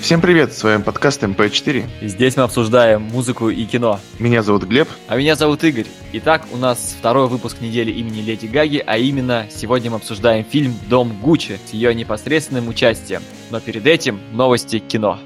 Всем привет, с вами подкаст МП4. И здесь мы обсуждаем музыку и кино. Меня зовут Глеб. А меня зовут Игорь. Итак, у нас второй выпуск недели имени Леди Гаги, а именно сегодня мы обсуждаем фильм «Дом Гуччи» с ее непосредственным участием. Но перед этим новости кино.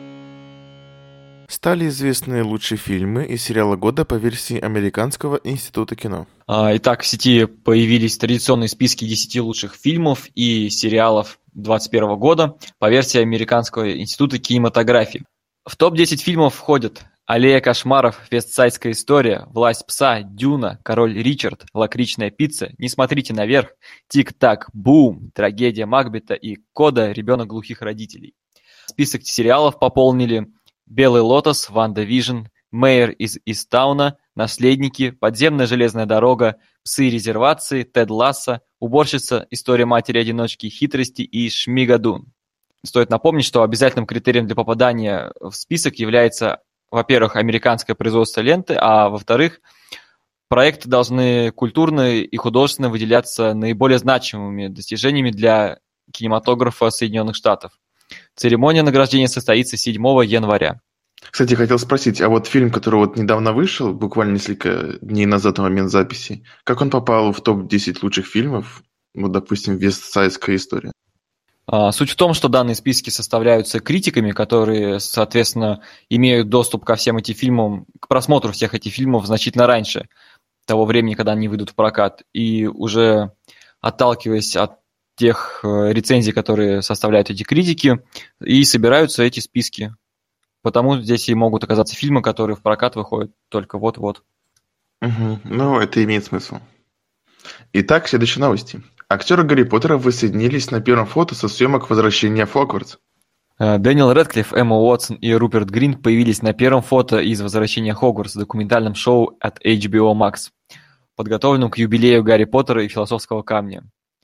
Стали известны лучшие фильмы и сериалы года по версии Американского института кино. Итак, в сети появились традиционные списки 10 лучших фильмов и сериалов 2021 года по версии Американского института кинематографии. В топ-10 фильмов входят «Аллея кошмаров», «Вестсайдская история», «Власть пса», «Дюна», «Король Ричард», «Лакричная пицца», «Не смотрите наверх», «Тик-так, бум», «Трагедия Макбета» и «Кода. Ребенок глухих родителей». Список сериалов пополнили «Белый лотос», «Ванда Вижн», «Мэйр из Истауна», «Наследники», «Подземная железная дорога», «Псы резервации», «Тед Лассо», «Уборщица», «История матери-одиночки», «Хитрости» и «Шмигадун». Стоит напомнить, что обязательным критерием для попадания в список является, во-первых, американское производство ленты, а во-вторых, проекты должны культурно и художественно выделяться наиболее значимыми достижениями для кинематографа Соединенных Штатов. Церемония награждения состоится 7 января. Кстати, хотел спросить, а вот фильм, который вот недавно вышел, буквально несколько дней назад, в момент записи, как он попал в топ-10 лучших фильмов, вот, допустим, «Вестсайдская история»? Суть в том, что данные списки составляются критиками, которые, соответственно, имеют доступ ко всем этим фильмам, к просмотру всех этих фильмов значительно раньше того времени, когда они выйдут в прокат. И уже отталкиваясь от тех рецензий, которые составляют эти критики, и собираются эти списки. Потому здесь и могут оказаться фильмы, которые в прокат выходят только вот-вот. Угу. Ну, это имеет смысл. Итак, следующие новости. Актеры Гарри Поттера воссоединились на первом фото со съемок «Возвращения в Хогвартс». Дэниел Рэдклифф, Эмма Уотсон и Руперт Гринт появились на первом фото из «Возвращения Хогвартс» документальном шоу от HBO Max, подготовленном к юбилею Гарри Поттера и Философского камня.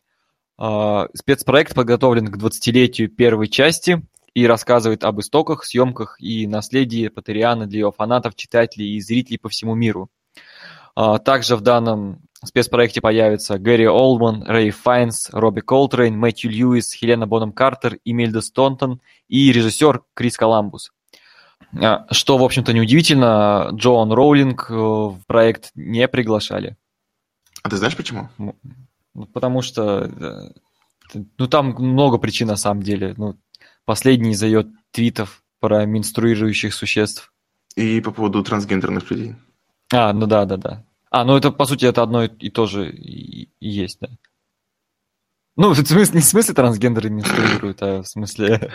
Спецпроект подготовлен к 20-летию первой части и рассказывает об истоках, съемках и наследии Поттерианы для его фанатов, читателей и зрителей по всему миру. Также в данном спецпроекте появятся Гэри Олдман, Рэй Файнс, Робби Колтрейн, Мэтью Льюис, Хелена Бонем Картер, Имельда Стонтон и режиссер Крис Коламбус. Что, в общем-то, неудивительно, Джоан Роулинг в проект не приглашали. А ты знаешь почему? Потому что там много причин на самом деле. Последний из ее твитов про менструирующих существ. И по поводу трансгендерных людей. Да. Это, по сути, это одно и то же и есть, да. Не в смысле трансгендеры менструируют, а в смысле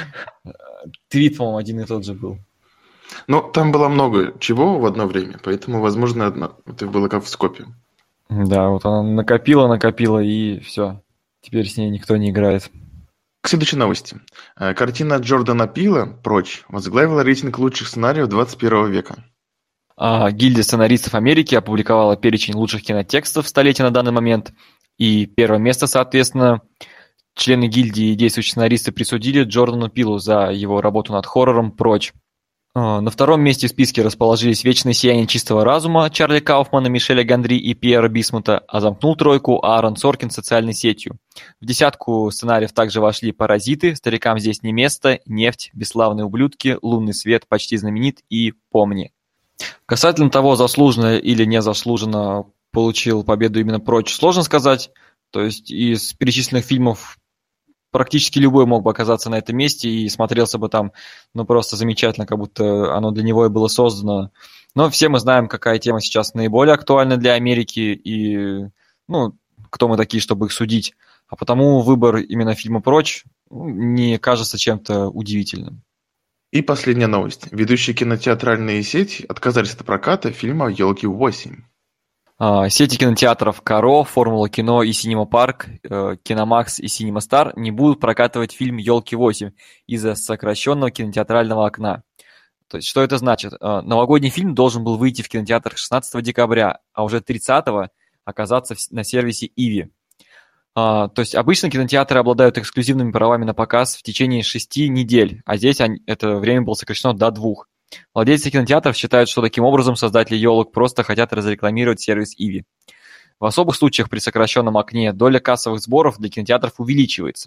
твит, по-моему, один и тот же был. Там было много чего в одно время, поэтому, возможно, это было как в скопе. Да, вот она накопила, и все. Теперь с ней никто не играет. К следующей новости. Картина Джордана Пила «Прочь» возглавила рейтинг лучших сценариев 21 века. Гильдия сценаристов Америки опубликовала перечень лучших кинотекстов столетия на данный момент, и первое место, соответственно, члены гильдии и действующие сценаристы присудили Джордану Пилу за его работу над хоррором «Прочь». На втором месте в списке расположились «Вечное сияние чистого разума» Чарли Кауфмана, Мишеля Гондри и Пьера Бисмута, а замкнул тройку Аарон Соркин «Социальной сетью». В десятку сценариев также вошли «Паразиты», «Старикам здесь не место», «Нефть», «Бесславные ублюдки», «Лунный свет», «Почти знаменит» и «Помни». Касательно того, заслуженно или незаслуженно получил победу именно «Прочь», сложно сказать. То есть из перечисленных фильмов практически любой мог бы оказаться на этом месте и смотрелся бы там, просто замечательно, как будто оно для него и было создано. Но все мы знаем, какая тема сейчас наиболее актуальна для Америки и, кто мы такие, чтобы их судить. А потому выбор именно фильма «Прочь» не кажется чем-то удивительным. И последняя новость. Ведущие кинотеатральные сети отказались от проката фильма «Елки 8». Сети кинотеатров «Каро», «Формула кино» и «Синема Парк», «Киномакс» и «Синема Стар не будут прокатывать фильм «Елки 8» из-за сокращенного кинотеатрального окна. То есть, что это значит? Новогодний фильм должен был выйти в кинотеатрах 16 декабря, а уже 30-го оказаться на сервисе Иви. То есть, обычно кинотеатры обладают эксклюзивными правами на показ в течение 6 недель, а здесь это время было сокращено до 2. Владельцы кинотеатров считают, что таким образом создатели елок просто хотят разрекламировать сервис Иви. В особых случаях при сокращенном окне доля кассовых сборов для кинотеатров увеличивается.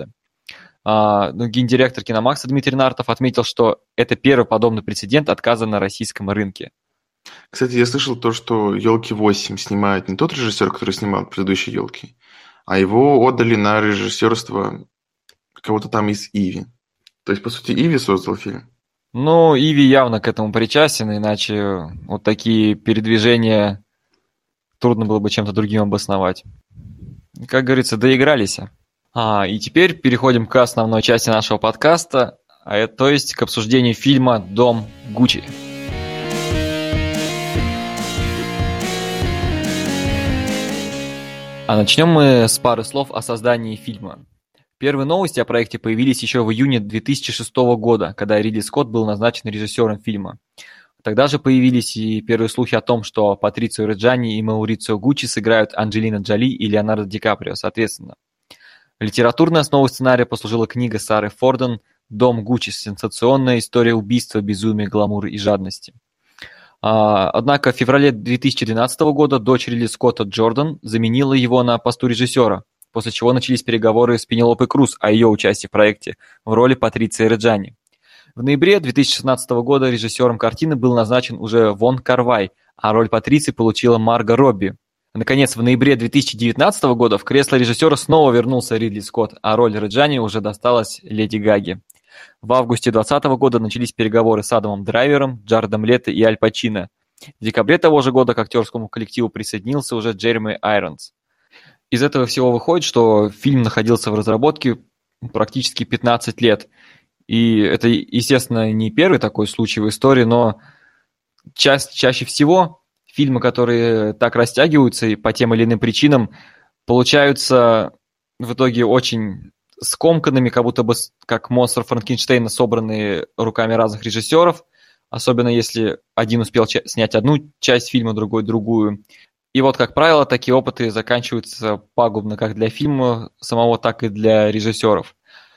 Гендиректор «Киномакса» Дмитрий Нартов отметил, что это первый подобный прецедент отказа на российском рынке. Кстати, я слышал то, что «Елки-8» снимает не тот режиссер, который снимал предыдущие «Елки», а его отдали на режиссерство кого-то там из «Иви». То есть, по сути, «Иви» создал фильм. Ну, Иви явно к этому причастен, иначе вот такие передвижения трудно было бы чем-то другим обосновать. Как говорится, доигрались. И теперь переходим к основной части нашего подкаста, то есть к обсуждению фильма «Дом Гуччи». Начнем мы с пары слов о создании фильма. Первые новости о проекте появились еще в июне 2006 года, когда Ридли Скотт был назначен режиссером фильма. Тогда же появились и первые слухи о том, что Патрицио Реджани и Маурицио Гуччи сыграют Анджелина Джоли и Леонардо Ди Каприо, соответственно. Литературной основой сценария послужила книга Сары Форден «Дом Гуччи. Сенсационная история убийства, безумия, гламура и жадности». Однако в феврале 2012 года дочь Ридли Скотта Джордан заменила его на посту режиссера, после чего начались переговоры с Пенелопой Круз о ее участии в проекте в роли Патриции Реджани. В ноябре 2016 года режиссером картины был назначен уже Вон Кар-вай, а роль Патриции получила Марго Робби. Наконец, в ноябре 2019 года в кресло режиссера снова вернулся Ридли Скотт, а роль Реджани уже досталась Леди Гаге. В августе 2020 года начались переговоры с Адамом Драйвером, Джаредом Лето и Аль Пачино. В декабре того же года к актерскому коллективу присоединился уже Джереми Айронс. Из этого всего выходит, что фильм находился в разработке практически 15 лет. И это, естественно, не первый такой случай в истории, но чаще всего фильмы, которые так растягиваются и по тем или иным причинам, получаются в итоге очень скомканными, как будто бы как монстр Франкенштейна, собранные руками разных режиссеров, особенно если один успел снять одну часть фильма, другой другую. И вот, как правило, такие опыты заканчиваются пагубно как для фильма самого, так и для режиссеров.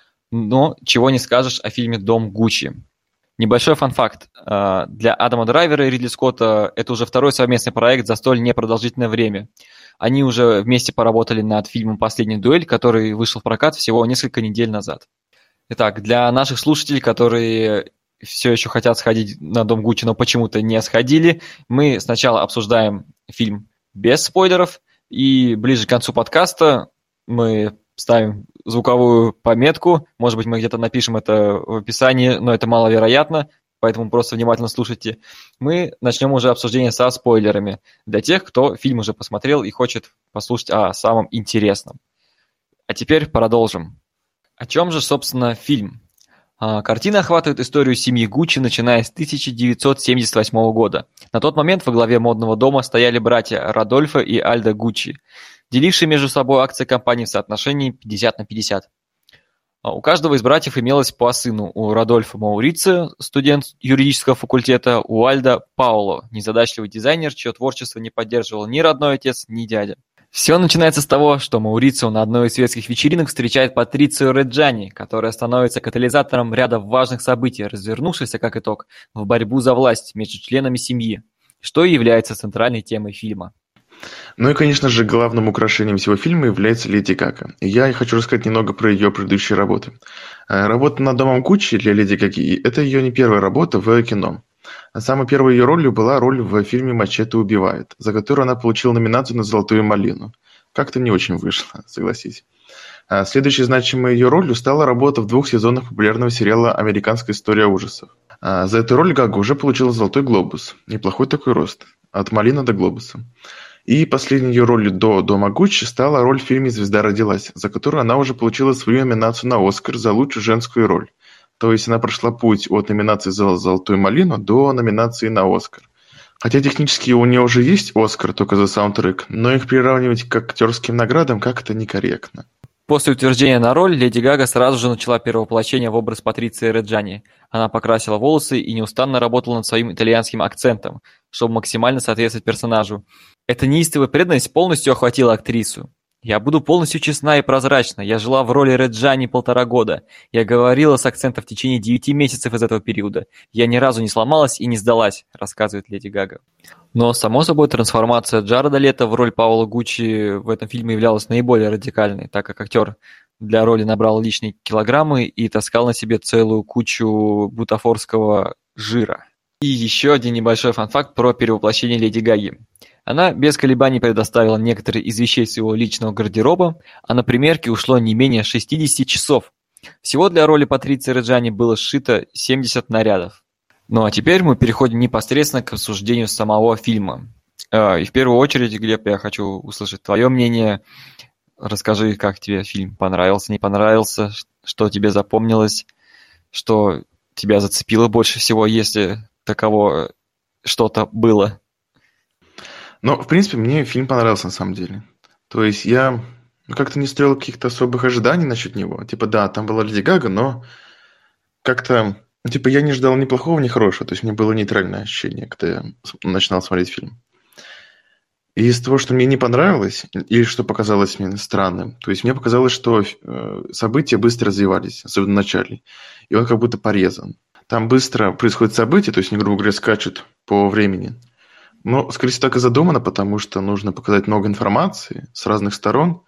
Но чего не скажешь о фильме «Дом Гуччи». Небольшой фан-факт. Для Адама Драйвера и Ридли Скотта это уже второй совместный проект за столь непродолжительное время. Они уже вместе поработали над фильмом «Последняя дуэль», который вышел в прокат всего несколько недель назад. Итак, для наших слушателей, которые все еще хотят сходить на «Дом Гуччи», но почему-то не сходили, мы сначала обсуждаем фильм без спойлеров, и ближе к концу подкаста мы ставим звуковую пометку, может быть, мы где-то напишем это в описании, но это маловероятно, поэтому просто внимательно слушайте. Мы начнем уже обсуждение со спойлерами для тех, кто фильм уже посмотрел и хочет послушать о самом интересном. А теперь продолжим. О чем же, собственно, фильм? Картина охватывает историю семьи Гуччи, начиная с 1978 года. На тот момент во главе модного дома стояли братья Родольфо и Альдо Гуччи, делившие между собой акции компании в соотношении 50/50. У каждого из братьев имелось по сыну. У Родольфо Маурицио, студент юридического факультета, у Альдо Паоло, незадачливый дизайнер, чье творчество не поддерживал ни родной отец, ни дядя. Все начинается с того, что Маурицио на одной из светских вечеринок встречает Патрицио Реджани, которая становится катализатором ряда важных событий, развернувшихся, как итог, в борьбу за власть между членами семьи, что и является центральной темой фильма. Ну и, конечно же, главным украшением всего фильма является Леди Гага. И я хочу рассказать немного про ее предыдущие работы. Работа над «Домом Гуччи» для Леди Гаги – это ее не первая работа в кино. Самой первой ее ролью была роль в фильме «Мачете убивает», за которую она получила номинацию на «Золотую малину». Как-то не очень вышло, согласись. Следующей значимой ее ролью стала работа в 2 сезонах популярного сериала «Американская история ужасов». За эту роль Гага уже получила «Золотой глобус». Неплохой такой рост. От малина до глобуса. И последней ее ролью до «Дома Гуччи» стала роль в фильме «Звезда родилась», за которую она уже получила свою номинацию на «Оскар» за лучшую женскую роль. То есть она прошла путь от номинации за «Золотую малину» до номинации на «Оскар». Хотя технически у нее уже есть «Оскар», только за саундтрек, но их приравнивать к актерским наградам как-то некорректно. После утверждения на роль Леди Гага сразу же начала перевоплощение в образ Патриции Реджани. Она покрасила волосы и неустанно работала над своим итальянским акцентом, чтобы максимально соответствовать персонажу. Эта неистовая преданность полностью охватила актрису. «Я буду полностью честна и прозрачна. Я жила в роли Реджани 1,5 года. Я говорила с акцентом в течение 9 месяцев из этого периода. Я ни разу не сломалась и не сдалась», рассказывает Леди Гага. Но, само собой, трансформация Джареда Лето в роль Паоло Гуччи в этом фильме являлась наиболее радикальной, так как актер для роли набрал лишние килограммы и таскал на себе целую кучу бутафорского жира. И еще один небольшой фан-факт про перевоплощение Леди Гаги. Она без колебаний предоставила некоторые из вещей своего личного гардероба, а на примерки ушло не менее 60 часов. Всего для роли Патриции Реджани было сшито 70 нарядов. Ну а теперь мы переходим непосредственно к обсуждению самого фильма. И в первую очередь, Глеб, я хочу услышать твое мнение. Расскажи, как тебе фильм понравился, не понравился, что тебе запомнилось, что тебя зацепило больше всего, если таково что-то было. Но, в принципе, мне фильм понравился на самом деле. То есть я как-то не строил каких-то особых ожиданий насчет него. Типа, да, там была Леди Гага, но как-то, типа, я не ждал ни плохого, ни хорошего. То есть мне было нейтральное ощущение, когда я начинал смотреть фильм. И из того, что мне не понравилось, или что показалось мне странным, то есть мне показалось, что события быстро развивались, особенно в начале, и он как будто порезан. Там быстро происходят события, то есть они, грубо говоря, скачут по времени. Но, скорее всего, так и задумано, потому что нужно показать много информации с разных сторон,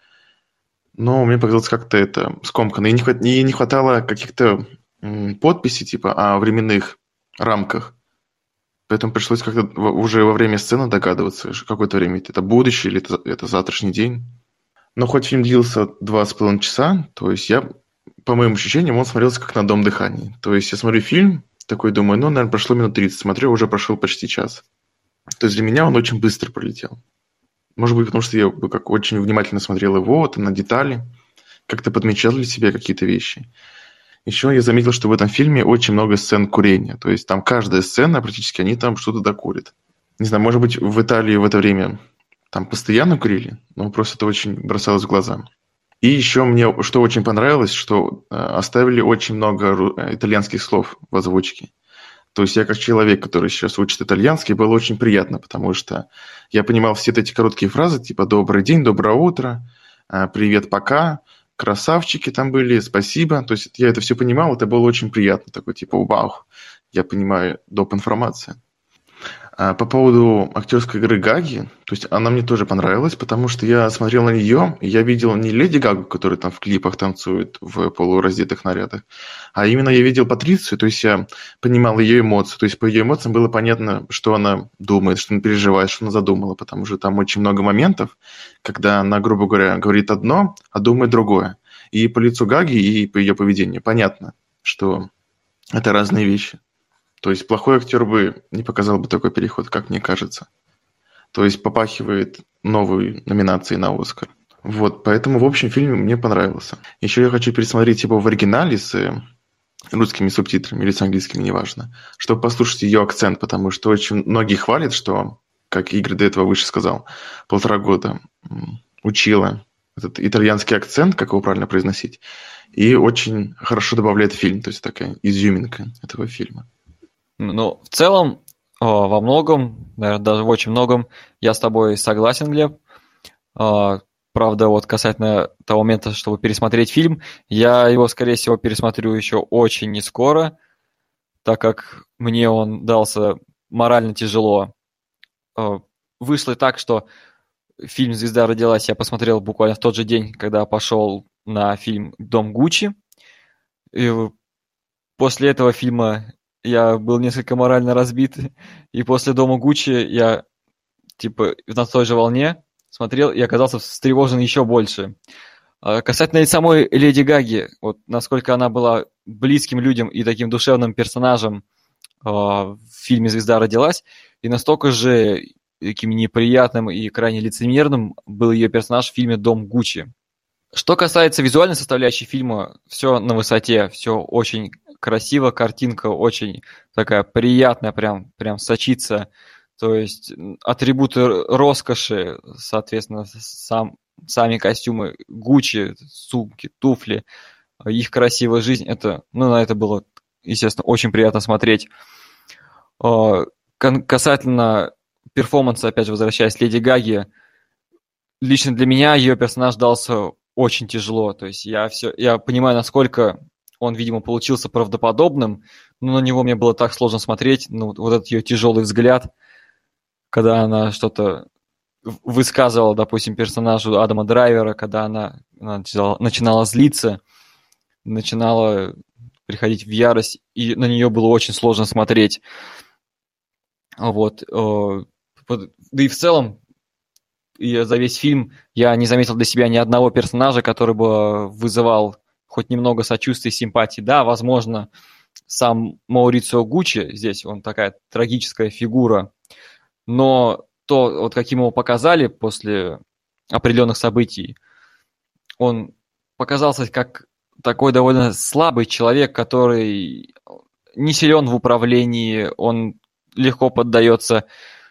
но мне показалось как-то это скомканно. И не хватало каких-то подписей, типа, о временных рамках. Поэтому пришлось как-то уже во время сцены догадываться, какое-то время это будущее или это завтрашний день. Но хоть фильм длился 2,5 часа, то есть я, по моим ощущениям, он смотрелся как на одном дыхании. То есть я смотрю фильм, такой думаю, ну, наверное, прошло минут 30, смотрю, уже прошел почти час. То есть для меня он очень быстро пролетел. Может быть, потому что я как очень внимательно смотрел его, там, на детали, как-то подмечал для себя какие-то вещи. Еще я заметил, что в этом фильме очень много сцен курения. То есть там каждая сцена, практически они там что-то докурят. Не знаю, может быть, в Италии в это время там постоянно курили, но просто это очень бросалось в глаза. И еще мне что очень понравилось, что оставили очень много итальянских слов в озвучке. То есть я как человек, который сейчас учит итальянский, было очень приятно, потому что я понимал все эти короткие фразы, типа «добрый день», «доброе утро», «привет, пока», красавчики там были, спасибо. То есть я это все понимал, это было очень приятно. Такой типа вау, я понимаю доп. Информация. По поводу актерской игры Гаги, то есть она мне тоже понравилась, потому что я смотрел на нее, и я видел не Леди Гагу, которая там в клипах танцует в полураздетых нарядах, а именно я видел Патрицию, то есть я понимал ее эмоции, то есть по ее эмоциям было понятно, что она думает, что она переживает, что она задумала, потому что там очень много моментов, когда она, грубо говоря, говорит одно, а думает другое. И по лицу Гаги, и по ее поведению понятно, что это разные вещи. То есть плохой актер бы не показал бы такой переход, как мне кажется. То есть попахивает новой номинацией на Оскар. Вот, поэтому, в общем, фильм мне понравился. Еще я хочу пересмотреть его в оригинале с русскими субтитрами или с английскими, неважно, чтобы послушать ее акцент, потому что очень многие хвалят, что, как Игорь до этого выше сказал, 1,5 года учила этот итальянский акцент, как его правильно произносить, и очень хорошо добавляет в фильм, то есть такая изюминка этого фильма. Ну, в целом, во многом, наверное, даже в очень многом я с тобой согласен, Глеб. Правда, вот касательно того момента, чтобы пересмотреть фильм, я его, скорее всего, пересмотрю еще очень нескоро, так как мне он дался морально тяжело. Вышло так, что фильм «Звезда родилась» я посмотрел буквально в тот же день, когда пошел на фильм «Дом Гуччи». И после этого фильма я был несколько морально разбит, и после «Дома Гуччи» я типа на той же волне смотрел и оказался встревожен еще больше. Касательно самой Леди Гаги, вот насколько она была близким людям и таким душевным персонажем в фильме «Звезда родилась», и настолько же таким неприятным и крайне лицемерным был ее персонаж в фильме «Дом Гуччи». Что касается визуальной составляющей фильма, все на высоте, все очень красиво, картинка очень такая приятная, прям сочится. То есть атрибуты роскоши, соответственно, сами костюмы Гуччи, сумки, туфли, их красивая жизнь, на это было, естественно, очень приятно смотреть. Касательно перформанса, опять же, возвращаясь, Леди Гаги, лично для меня ее персонаж дался очень тяжело. То есть я понимаю, насколько он, видимо, получился правдоподобным, но на него мне было так сложно смотреть. Вот этот ее тяжелый взгляд, когда она что-то высказывала, допустим, персонажу Адама Драйвера, когда она начинала злиться, начинала приходить в ярость, и на нее было очень сложно смотреть. Вот. Да и в целом, за весь фильм я не заметил для себя ни одного персонажа, который бы вызывал хоть немного сочувствия и симпатии. Да, возможно, сам Маурицио Гуччи здесь, он такая трагическая фигура, но то, вот каким его показали после определенных событий, он показался как такой довольно слабый человек, который не силен в управлении, он легко поддается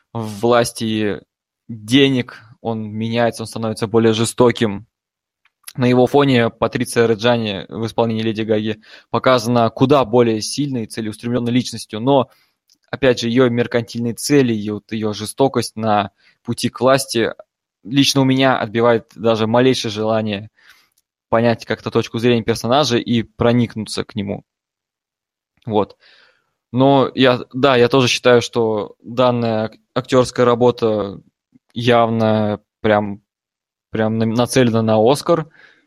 власти денег, он меняется, он становится более жестоким. На его фоне Патриция Реджани в исполнении Леди Гаги показана куда более сильной и целеустремленной личностью, но, опять же, ее меркантильные цели, ее жестокость на пути к власти лично у меня отбивает даже малейшее желание понять как-то точку зрения персонажа и проникнуться к нему. Вот. Но я тоже считаю, что данная актерская работа явно прям нацелена на Оскар.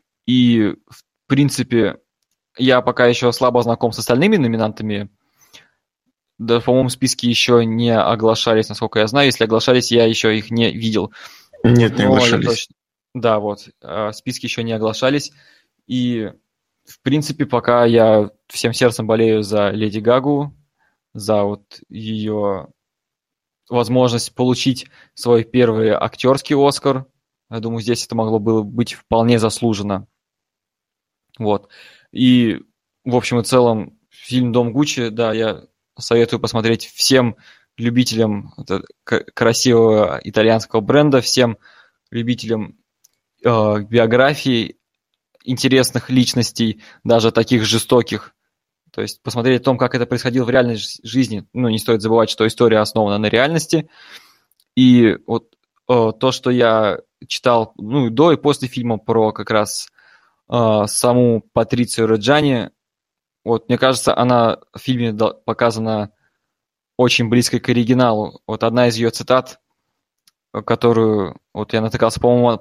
И, в принципе, я пока еще слабо знаком с остальными номинантами. Да, по-моему, списки еще не оглашались, насколько я знаю. Если оглашались, я еще их не видел. Нет, не оглашались. Да, вот. Списки еще не оглашались. И, в принципе, пока я всем сердцем болею за Леди Гагу, за вот ее возможность получить свой первый актерский Оскар. Я думаю, здесь это могло было быть вполне заслуженно. Вот. И, в общем и целом, фильм «Дом Гуччи», да, я советую посмотреть всем любителям красивого итальянского бренда, всем любителям биографий, интересных личностей, даже таких жестоких. То есть посмотреть о том, как это происходило в реальной жизни. Ну, не стоит забывать, что история основана на реальности. И вот то, что я читал до и после фильма про как раз саму Патрицию Реджани, вот, мне кажется, она в фильме показана очень близко к оригиналу. Вот одна из ее цитат, которую вот я натыкался, по-моему,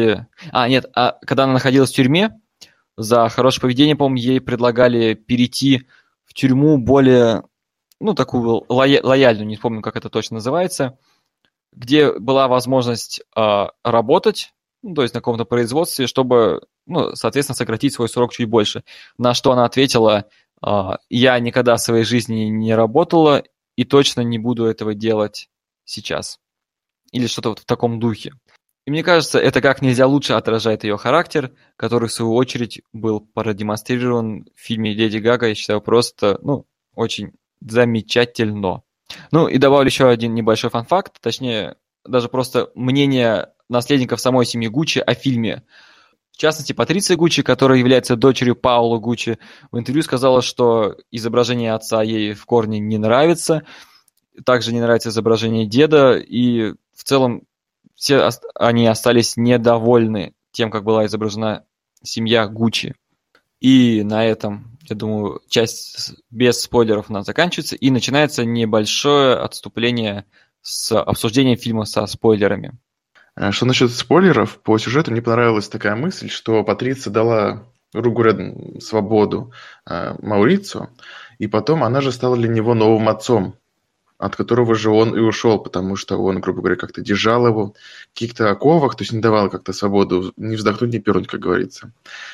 когда она находилась в тюрьме, за хорошее поведение, по-моему, ей предлагали перейти в тюрьму более, такую лояльную, не помню, как это точно называется, где была возможность работать, то есть на каком-то производстве, чтобы, соответственно, сократить свой срок чуть больше. На что она ответила: я никогда в своей жизни не работала и точно не буду этого делать сейчас. Или что-то вот в таком духе. И мне кажется, это как нельзя лучше отражает ее характер, который, в свою очередь, был продемонстрирован в фильме «Леди Гага». Я считаю, просто, очень замечательно. И добавлю еще один небольшой фан-факт, точнее, даже просто мнение наследников самой семьи Гуччи о фильме. В частности, Патриция Гуччи, которая является дочерью Паоло Гуччи, в интервью сказала, что изображение отца ей в корне не нравится, также не нравится изображение деда, и в целом все они остались недовольны тем, как была изображена семья Гуччи. И на этом, я думаю, часть без спойлеров у нас заканчивается, и начинается небольшое отступление с обсуждением фильма со спойлерами. Что насчет спойлеров, по сюжету мне понравилась такая мысль, что Патриция дала, грубо говоря, свободу Маурицио, и потом она же стала для него новым отцом, от которого же он и ушел, потому что он, грубо говоря, как-то держал его в каких-то оковах, то есть не давал как-то свободу, не вздохнуть, не пернуть, как говорится.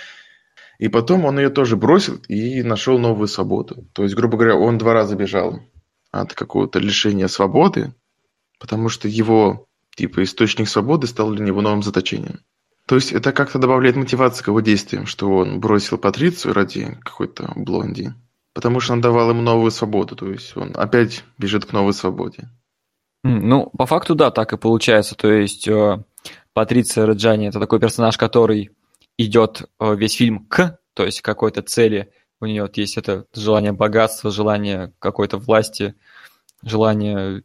И потом он ее тоже бросил и нашел новую свободу. То есть, грубо говоря, он 2 раза бежал от какого-то лишения свободы, потому что его, источник свободы стал для него новым заточением. То есть это как-то добавляет мотивацию к его действиям, что он бросил Патрицию ради какой-то блонди. Потому что он давал ему новую свободу, то есть он опять бежит к новой свободе. По факту, да, так и получается. То есть Патриция Реджани – это такой персонаж, который идет весь фильм то есть к какой-то цели. У нее вот есть это желание богатства, желание какой-то власти, желание,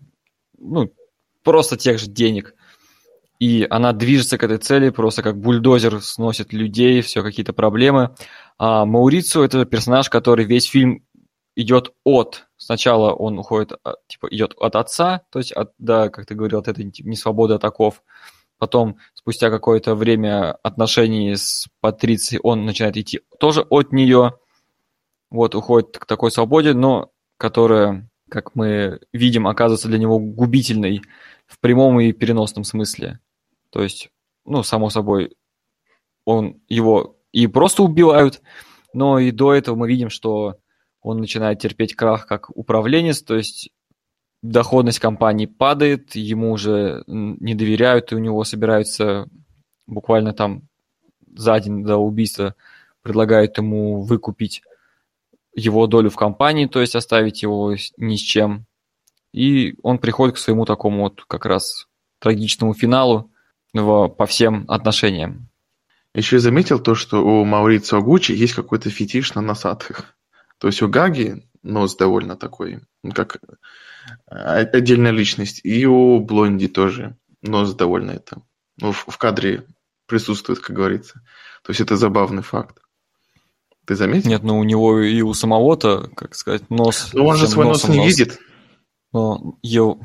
просто тех же денег. И она движется к этой цели, просто как бульдозер сносит людей, все какие-то проблемы. А Маурицио – это персонаж, который весь фильм идет сначала он уходит, типа, идет от отца, то есть, как ты говорил, от этой несвободы от оков. Потом, спустя какое-то время отношений с Патрицией, он начинает идти тоже от нее. Вот, уходит к такой свободе, но которая, как мы видим, оказывается для него губительной в прямом и переносном смысле. То есть, само собой, его и просто убивают, но и до этого мы видим, что он начинает терпеть крах как управленец, то есть доходность компании падает, ему уже не доверяют, и у него собираются буквально там за день до убийства, предлагают ему выкупить его долю в компании, то есть оставить его ни с чем. И он приходит к своему такому вот как раз трагичному финалу по всем отношениям. Еще я заметил то, что у Маурицио Гуччи есть какой-то фетиш на носатых. То есть у Гаги нос довольно такой, как отдельная личность, и у Блонди тоже нос довольно это. В кадре присутствует, как говорится. То есть это забавный факт. Ты заметил? Нет, у него и у самого-то, как сказать, нос... Но он же свой нос не видит. Но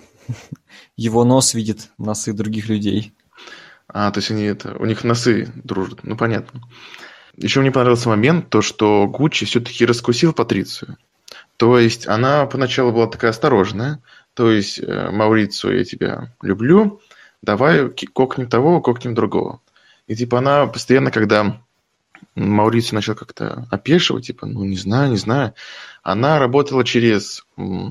его нос видит носы других людей. То есть у них носы дружат. Понятно. Еще мне понравился момент, то, что Гуччи все-таки раскусил Патрицию. То есть она поначалу была такая осторожная. То есть, Маурицио, я тебя люблю, давай кокнем того, кокнем другого. И она постоянно, когда Маурицио начал как-то опешивать, не знаю, она работала через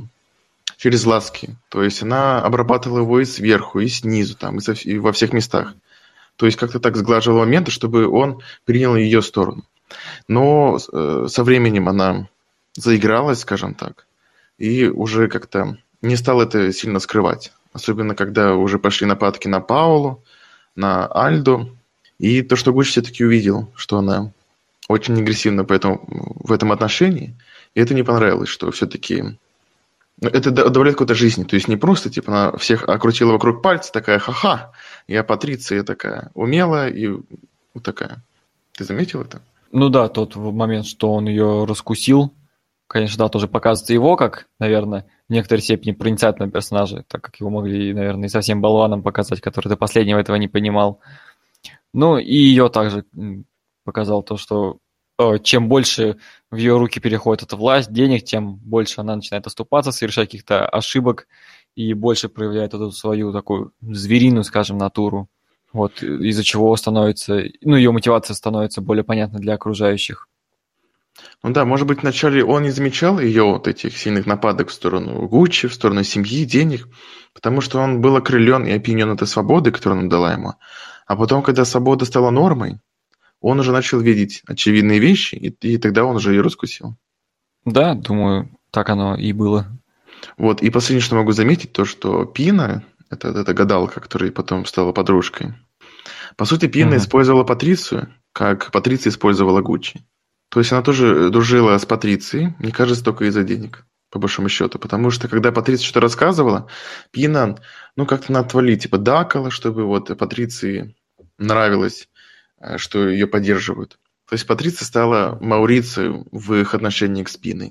ласки. То есть она обрабатывала его и сверху, и снизу, и во всех местах. То есть как-то так сглаживала моменты, чтобы он принял ее сторону. Но со временем она заигралась, скажем так, и уже как-то не стала это сильно скрывать. Особенно, когда уже пошли нападки на Паолу, на Альдо. И то, что Гуччи все-таки увидел, что она очень агрессивна в этом отношении, и это не понравилось, что все-таки... Это добавляет какой-то жизни. То есть не просто, она всех окрутила вокруг пальца, такая, ха-ха, я Патриция такая умелая и вот такая. Ты заметил это? Да, тот момент, что он ее раскусил, конечно, да, тоже показывает его как, наверное, в некоторой степени проницательного персонажа, так как его могли, наверное, и совсем болваном показать, который до последнего этого не понимал. И ее также показал то, что чем больше в ее руки переходит эта власть, денег, тем больше она начинает оступаться, совершать каких-то ошибок и больше проявляет эту свою такую звериную, скажем, натуру. Вот, из-за чего становится, ее мотивация становится более понятной для окружающих. Да, может быть, вначале он не замечал ее этих сильных нападок в сторону Гуччи, в сторону семьи, денег, потому что он был окрылен и опьянен этой свободой, которую она дала ему. А потом, когда свобода стала нормой, он уже начал видеть очевидные вещи, и тогда он уже ее раскусил. Да, думаю, так оно и было. Вот, и последнее, что могу заметить, то, что Пина, это гадалка, которая потом стала подружкой, по сути, Пина использовала Патрицию, как Патриция использовала Гуччи. То есть она тоже дружила с Патрицией, мне кажется, только из-за денег, по большому счету. Потому что, когда Патриция что-то рассказывала, Пина, как-то на отвали, дакала, чтобы Патриции нравилось, что ее поддерживают. То есть Патриция стала Маурицией в их отношениях с Пиной.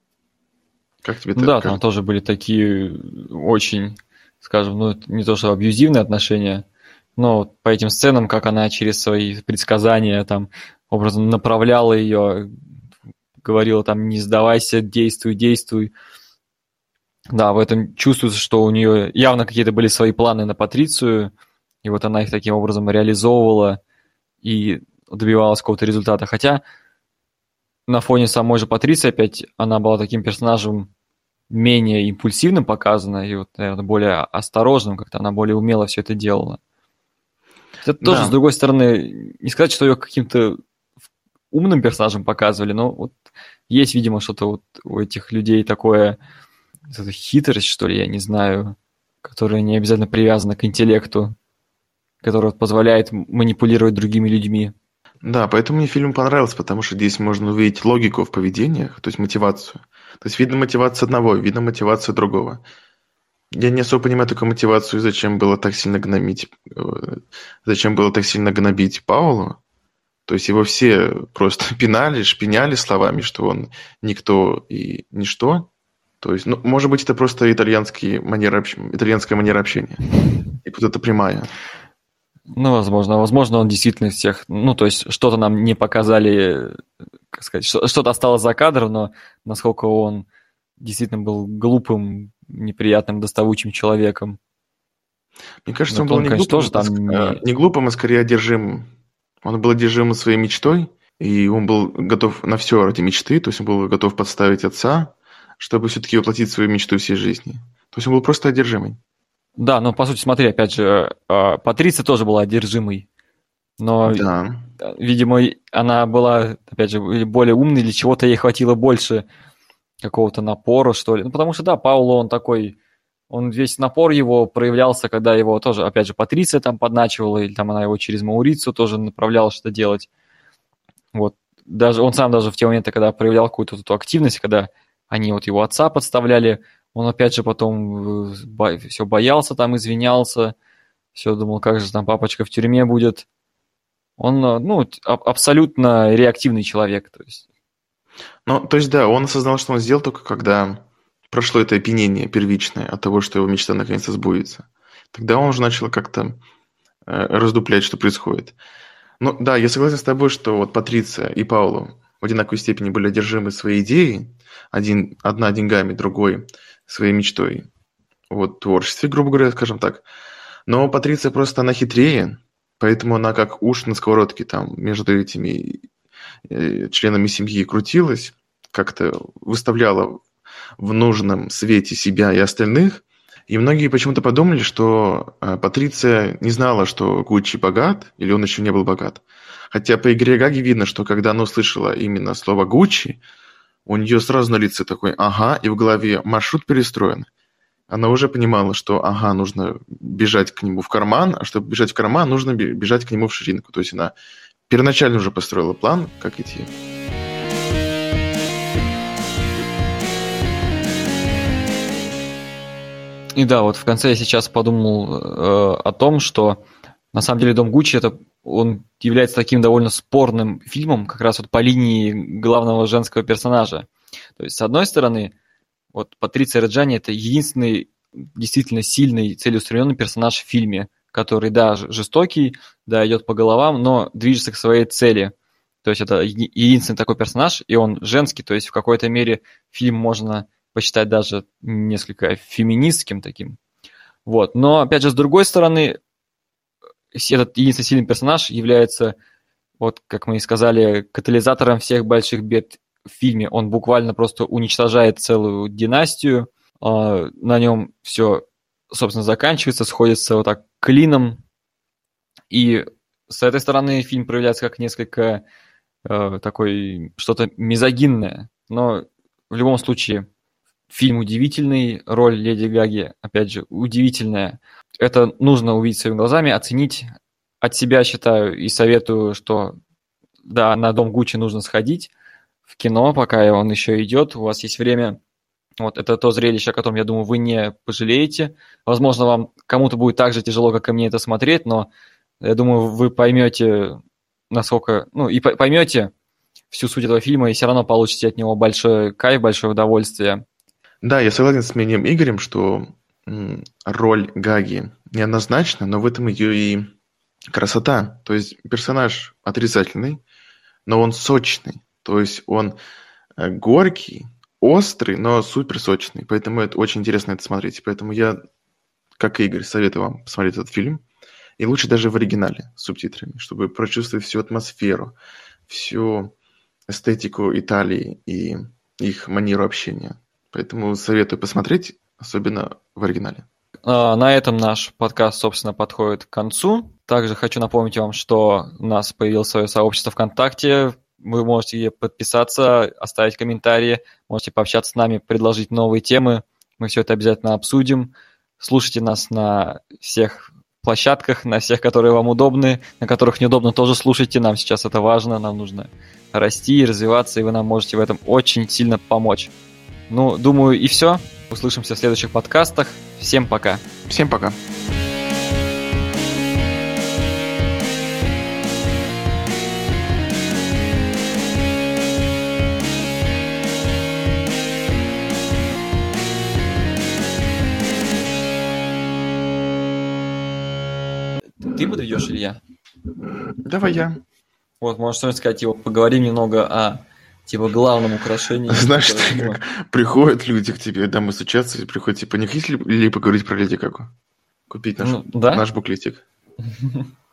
Как тебе это кажется? Там тоже были такие очень, скажем, не то что абьюзивные отношения, но по этим сценам, как она через свои предсказания образом направляла ее, говорила не сдавайся, действуй. Да, в этом чувствуется, что у нее явно какие-то были свои планы на Патрицию, и она их таким образом реализовывала и добивалась какого-то результата. Хотя на фоне самой же Патриции опять она была таким персонажем менее импульсивным показана и наверное, более осторожным, как-то она более умело все это делала. Это тоже, с другой стороны, не сказать, что ее каким-то умным персонажем показывали, но есть, видимо, что-то у этих людей такое, хитрость, что ли, я не знаю, которая не обязательно привязана к интеллекту, которая позволяет манипулировать другими людьми. Да, поэтому мне фильм понравился, потому что здесь можно увидеть логику в поведениях, то есть мотивацию. То есть видно мотивацию одного, видно мотивацию другого. Я не особо понимаю такую мотивацию, зачем было так сильно гнобить Паулу. То есть его все просто пинали, шпиняли словами, что он никто и ничто. То есть, ну, может быть, это просто итальянская манера общения. И вот это прямая. Ну, возможно, он действительно из всех, ну, то есть что-то нам не показали, как сказать, что-то осталось за кадром, но насколько он действительно был глупым, неприятным, доставучим человеком. Мне кажется, Но он был не конечно, глупым, тоже там не глупым, а скорее одержимым. Он был одержим своей мечтой, и он был готов на все ради мечты, то есть он был готов подставить отца, чтобы все-таки воплотить свою мечту всей жизни. То есть он был просто одержимый. Да, но по сути, смотри, опять же, Патриция тоже была одержимой, но, Да. видимо, она была, опять же, более умной, или чего-то ей хватило больше какого-то напора, что ли. Ну, потому что, да, Пауло, он такой, он весь напор его проявлялся, когда его тоже, опять же, Патриция там подначивала, или там она его через Маурицию тоже направляла что-то делать. Вот. Даже он сам даже в те моменты, когда проявлял какую-то эту активность, когда они вот его отца подставляли, он опять же потом все боялся, там извинялся, все думал, как же там папочка в тюрьме будет. Он, ну, абсолютно реактивный человек, то есть. Ну, то есть, да, он осознал, что он сделал только когда прошло это опьянение первичное от того, что его мечта наконец-то сбудется. Тогда он уже начал как-то раздуплять, что происходит. Ну, да, я согласен с тобой, что вот Патриция и Пауло в одинаковой степени были одержимы своей идеей, одна деньгами, другой своей мечтой, вот творчестве, грубо говоря, скажем так. Но Патриция просто, она хитрее, поэтому она как уж на сковородке там между этими членами семьи крутилась, как-то выставляла в нужном свете себя и остальных. И многие почему-то подумали, что Патриция не знала, что Гуччи богат, или он еще не был богат. Хотя по игре Гаги видно, что когда она услышала именно слово Гуччи, у нее сразу на лице такой «ага», и в голове маршрут перестроен. Она уже понимала, что ага, нужно бежать к нему в карман, а чтобы бежать в карман, нужно бежать к нему в ширинку. То есть она первоначально уже построила план, как идти. И да, вот в конце я сейчас подумал о том, что на самом деле «Дом Гуччи» он является таким довольно спорным фильмом как раз вот по линии главного женского персонажа. То есть, с одной стороны, вот Патриция Реджани – это единственный действительно сильный, целеустремленный персонаж в фильме, который, да, жестокий, да, идет по головам, но движется к своей цели. То есть это единственный такой персонаж, и он женский, то есть в какой-то мере фильм можно посчитать даже несколько феминистским таким. Вот. Но, опять же, с другой стороны, этот единственный сильный персонаж является, вот как мы и сказали, катализатором всех больших бед в фильме. Он буквально просто уничтожает целую династию, на нем все, собственно, заканчивается, сходится вот так клином. И с этой стороны фильм проявляется как несколько такой, что-то мизогинное. Но в любом случае фильм удивительный, роль Леди Гаги, опять же, удивительная. Это нужно увидеть своими глазами, оценить. От себя считаю и советую, что да, на «Дом Гуччи» нужно сходить в кино, пока он еще идет, у вас есть время. Вот это то зрелище, о котором, я думаю, вы не пожалеете. Возможно, вам кому-то будет так же тяжело, как и мне это смотреть, но я думаю, вы поймете, насколько... Ну, и поймете всю суть этого фильма, и все равно получите от него большой кайф, большое удовольствие. Да, я согласен с мнением Игорем, что роль Гаги неоднозначна, но в этом ее и красота. То есть персонаж отрицательный, но он сочный. То есть он горький, острый, но супер сочный. Поэтому это очень интересно это смотреть. Поэтому я, как и Игорь, советую вам посмотреть этот фильм. И лучше даже в оригинале с субтитрами, чтобы прочувствовать всю атмосферу, всю эстетику Италии и их манеру общения. Поэтому советую посмотреть, особенно в оригинале. На этом наш подкаст, собственно, подходит к концу. Также хочу напомнить вам, что у нас появилось свое сообщество ВКонтакте. Вы можете подписаться, оставить комментарии, можете пообщаться с нами, предложить новые темы. Мы все это обязательно обсудим. Слушайте нас на всех площадках, на всех, которые вам удобны, на которых неудобно, тоже слушайте. Нам сейчас это важно, нам нужно расти и развиваться, и вы нам можете в этом очень сильно помочь. Ну, думаю, и все. Услышимся в следующих подкастах. Всем пока. Всем пока. ты подведешь или я? Давай я. Вот, можешь что-нибудь сказать, типа, поговорим немного о, типа, главном украшении. Знаешь, этого фильма. как приходят люди к тебе, дамы стучатся, и приходят, типа, не хотите ли поговорить про Леди Гагу? Купить Ну, да? наш буклетик.